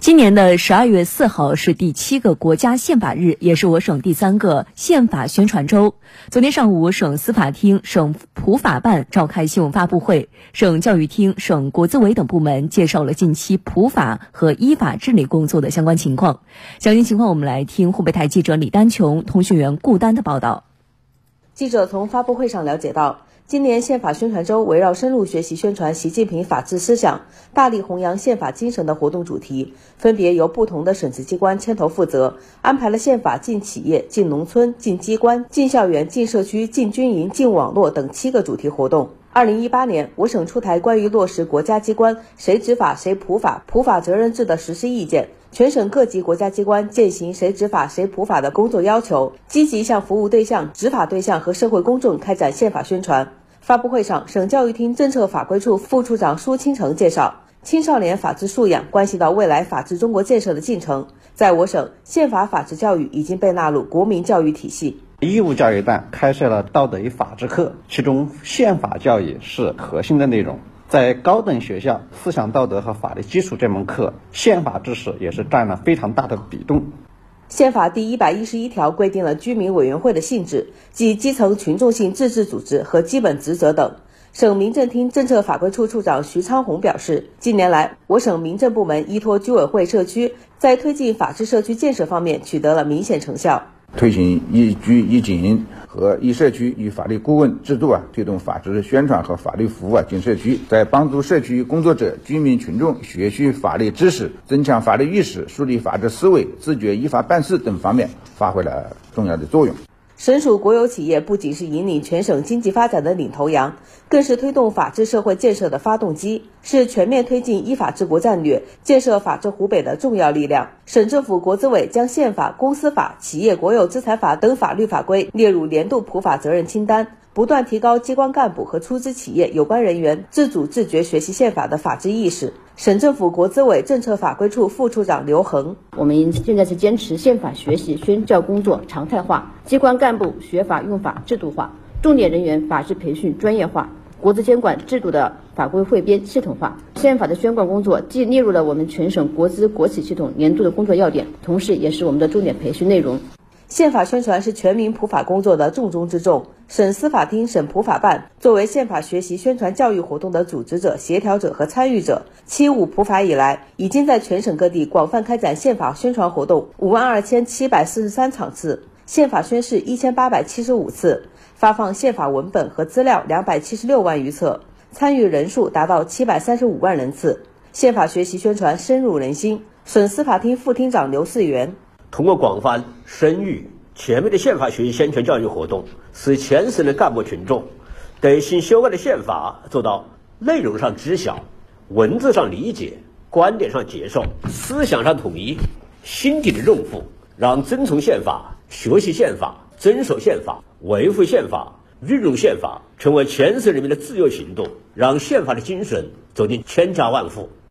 今年的12月4号是第7个国家宪法日，也是我省第3个宪法宣传周。昨天上午，省司法厅、省普法办召开新闻发布会，省教育厅、省国资委等部门介绍了近期普法和依法治理工作的相关情况。详细情况我们来听湖北台记者李丹琼、通讯员顾丹的报道。 记者从发布会上了解到，今年宪法宣传周围绕深入学习宣传习近平法治思想，大力弘扬宪法精神的活动主题，分别由不同的省级机关牵头负责，安排了宪法进企业、进农村、进机关、进校园、进社区、进军营、进网络等7个主题活动。2018年，我省出台关于落实国家机关谁执法谁普法、普法责任制的实施意见，全省各级国家机关践行谁执法谁普法的工作要求，积极向服务对象、执法对象和社会公众开展宪法宣传。发布会上，省教育厅政策法规处副处长舒清成介绍，青少年法治素养关系到未来法治中国建设的进程，在我省，宪法法治教育已经被纳入国民教育体系。 义务教育班开设了道德与法治课，其中宪法教育是核心的内容。在高等学校，思想道德和法律基础这门课，宪法知识也是占了非常大的比重。 宪法第111条规定了居民委员会的性质，即基层群众性自治组织和基本职责等。省民政厅政策法规处处长徐昌红表示，近年来，我省民政部门依托居委会社区，在推进法治社区建设方面取得了明显成效。 推行一居一警和一社区与法律顾问制度推动法治宣传和法律服务进社区，在帮助社区工作者、居民群众学习法律知识、增强法律意识、树立法治思维、自觉依法办事等方面发挥了重要的作用。 省属国有企业不仅是引领全省经济发展的领头羊，更是推动法治社会建设的发动机，是全面推进依法治国战略、建设法治湖北的重要力量。省政府国资委将宪法、公司法、企业国有资产法等法律法规列入年度普法责任清单，不断提高机关干部和出资企业有关人员自主自觉学习宪法的法治意识。省政府国资委政策法规处副处长刘恒： 我们现在是坚持宪法学习宣教工作常态化，机关干部学法用法制度化，重点人员法治培训专业化，国资监管制度的法规汇编系统化。宪法的宣贯工作既列入了我们全省国资国企系统年度的工作要点，同时也是我们的重点培训内容。 宪法宣传是全民普法工作的重中之重。省司法厅、省普法办作为宪法学习宣传教育活动的组织者、协调者和参与者，75普法以来，已经在全省各地广泛开展宪法宣传活动52743场次，宪法宣誓1875次，发放宪法文本和资料276万余册，参与人数达到735万人次。宪法学习宣传深入人心。省司法厅副厅长刘四元： 通过广泛、深入、全面的宪法学习宣传教育活动，使全省的干部群众对新修改的宪法做到内容上知晓、文字上理解、观点上接受、思想上统一、心底的润服，让遵从宪法、学习宪法、遵守宪法、维护宪法、运用宪法成为全省人民的自由行动，让宪法的精神走进千家万户。